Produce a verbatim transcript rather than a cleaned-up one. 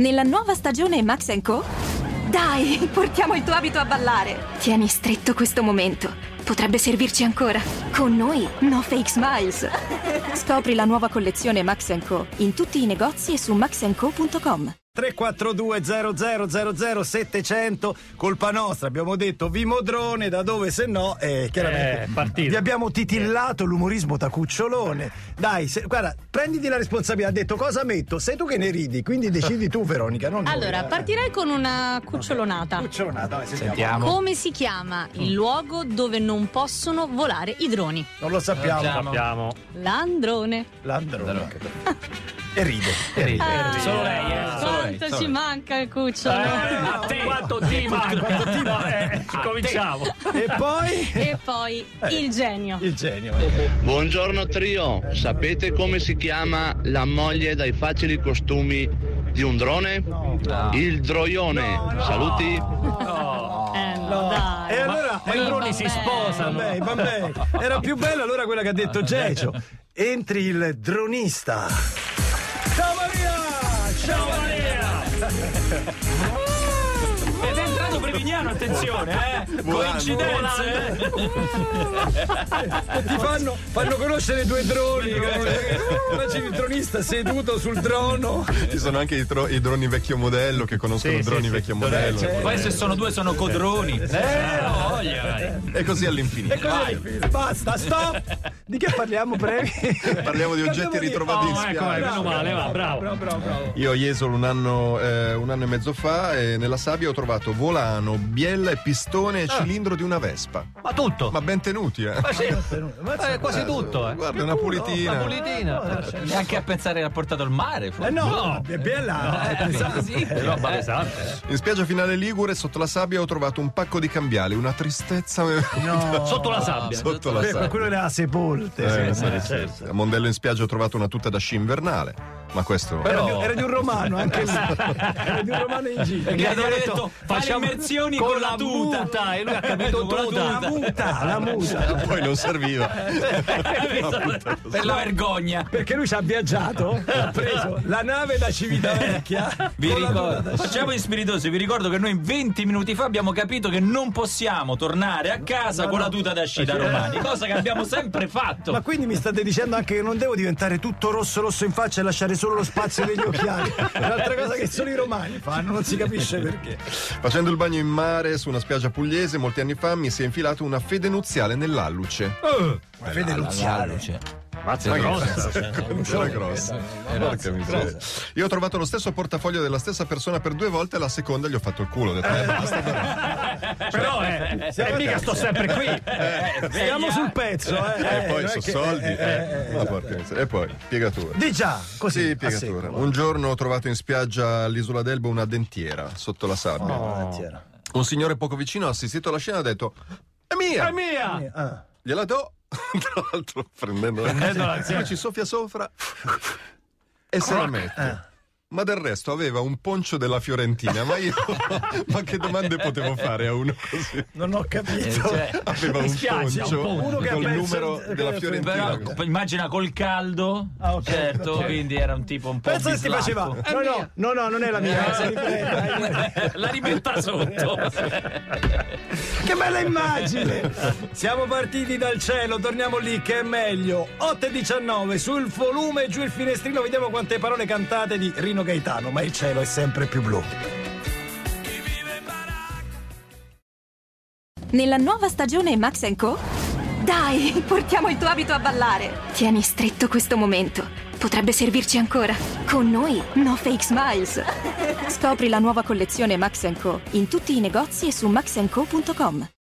Nella nuova stagione Max and Co? Dai, portiamo il tuo abito a ballare. Tieni stretto questo momento. Potrebbe servirci ancora. Con noi, no fake smiles. Scopri la nuova collezione Max and Co in tutti i negozi e su max and co punto com. tre quattro due zero zero zero zero settecento, colpa nostra, abbiamo detto Vimodrone, da dove se no eh, chiaramente eh, vi abbiamo titillato l'umorismo da cucciolone. Dai, se, guarda, prenditi la responsabilità, ha detto cosa metto, sei tu che ne ridi, quindi decidi tu Veronica, non allora noi, eh. partirei con una cucciolonata. Cucciolonata, vai, sentiamo. Sentiamo. Come si chiama il luogo dove non possono volare i droni? Non lo sappiamo. Non lo sappiamo. L'androne. L'androne. E ride. E ride. Ah, Solo lei, eh. Solo lei. Quanto Solo ci lei. manca il cucciolo. Eh, a te quanto ti manca? Quanto ti manca? Eh, cominciamo. E poi E poi il genio. il genio. Buongiorno trio, sapete come si chiama la moglie dai facili costumi di un drone? No. Il droione. Saluti. No. Eh no, No. dai. E allora Ma i droni si sposano. Vabbè, vabbè. Era più bello allora quella che ha detto Gecio. Entri il dronista. Ciao Maria! Ciao Maria! Ed è entrato Prevignano, attenzione, eh! Coincidenze! E ti fanno, fanno conoscere due droni. Immagini il dronista seduto sul drono. Ci sono anche i, tro- i droni vecchio modello che conoscono Sì, i droni sì, vecchio sì. modello. Certo. Poi se sono due sono codroni. Eh, voglia, vai. E così all'infinito. E così, basta, stop. Di che parliamo, Previ? Parliamo di oggetti Parliamo di- ritrovati in Oh, ecco, vai, spiaggia. meno male, va, bravo. Bravo, bravo, bravo. Io a Jesolo un anno, eh, un anno e mezzo fa e nella sabbia ho trovato volano, biella e pistone e cilindro di una Vespa. Ma tutto. Ma ben tenuti, eh. Ma sì, eh, quasi tutto, eh. Guarda, una pulitina. Una pulitina. Neanche a pensare che l'ha portato al mare. Eh forse. no, è bella. è pesante. Sì, È roba pesante. In spiaggia finale Ligure, sotto la sabbia, ho trovato un pacco di cambiali, una tristezza. No. Sotto la sabbia. Sotto la Beh, sabbia. qualcuno le ha sepolte. Eh, sì, sì, sì. certo. A Mondello in spiaggia ho trovato una tuta da sci invernale. Ma questo. Era, di, era di un romano anche lì. Era di un romano in giro. Gli hanno ha detto, detto, fai le facciamo immersioni con, la tuta. muta, e lui ha capito Con la tuta. La muta, la muta. Poi non serviva. Per la vergogna. Perché lui ci ha viaggiato, ha preso la nave da Civitavecchia. Vi con la tuta ricordo, da sci. facciamo gli spiritosi, vi ricordo che noi venti minuti fa abbiamo capito che non possiamo tornare a casa No, con no. la tuta da sci da romani, cosa che abbiamo sempre fatto. Ma quindi mi state dicendo anche che non devo diventare tutto rosso rosso in faccia e lasciare solo lo spazio degli occhiali? È un'altra cosa che solo i romani fanno, non si capisce perché. Facendo il bagno in mare su una spiaggia pugliese molti anni fa mi si è infilato una fede nuziale nell'alluce. Fede nuziale. Mazza grossa. Era grossa. Porca miseria. Io ho trovato lo stesso portafoglio della stessa persona per due volte e la seconda gli ho fatto il culo. Ho detto, eh, basta. Però, eh, eh, mica sto sempre qui. Eh, Siamo sul pezzo, eh. E poi non è sono che- soldi. eh, eh, eh, Ma porca miseria. E poi, piegatura. Di già, così. Sì, a piegatura. secco. Un giorno ho trovato in spiaggia all'isola d'Elba una dentiera sotto la sabbia. Oh, tiera. Un signore poco vicino ha assistito alla scena e ha detto: È mia! È mia. Ah. Gliela do. Tra l'altro, prendendo Prendendola, sì. Poi ci soffia sopra e se la mette. Eh. Ma del resto aveva un poncio della Fiorentina. Ma io, ma che domande potevo fare a uno così? Non ho capito. Eh, cioè, Aveva mi un spiace, poncio un poncio. Uno che col ha penso- numero che- della che- Fiorentina. però immagina col caldo, Ah, ok, certo, ok. quindi era un tipo un po' Pensa che ti bislacco. faceva. No, no, no, no, non è la mia. se riprenda, eh. La rimetta sotto. Che bella immagine! Siamo partiti dal cielo, torniamo lì che è meglio. otto e diciannove sul volume, giù il finestrino, vediamo quante parole cantate di Rino Gaetano, ma il cielo è sempre più blu. Nella nuova stagione Max and Co? Dai, portiamo il tuo abito a ballare. Tieni stretto questo momento. Potrebbe servirci ancora. Con noi, no fake smiles. Scopri la nuova collezione Max and Co in tutti i negozi e su max and co punto com.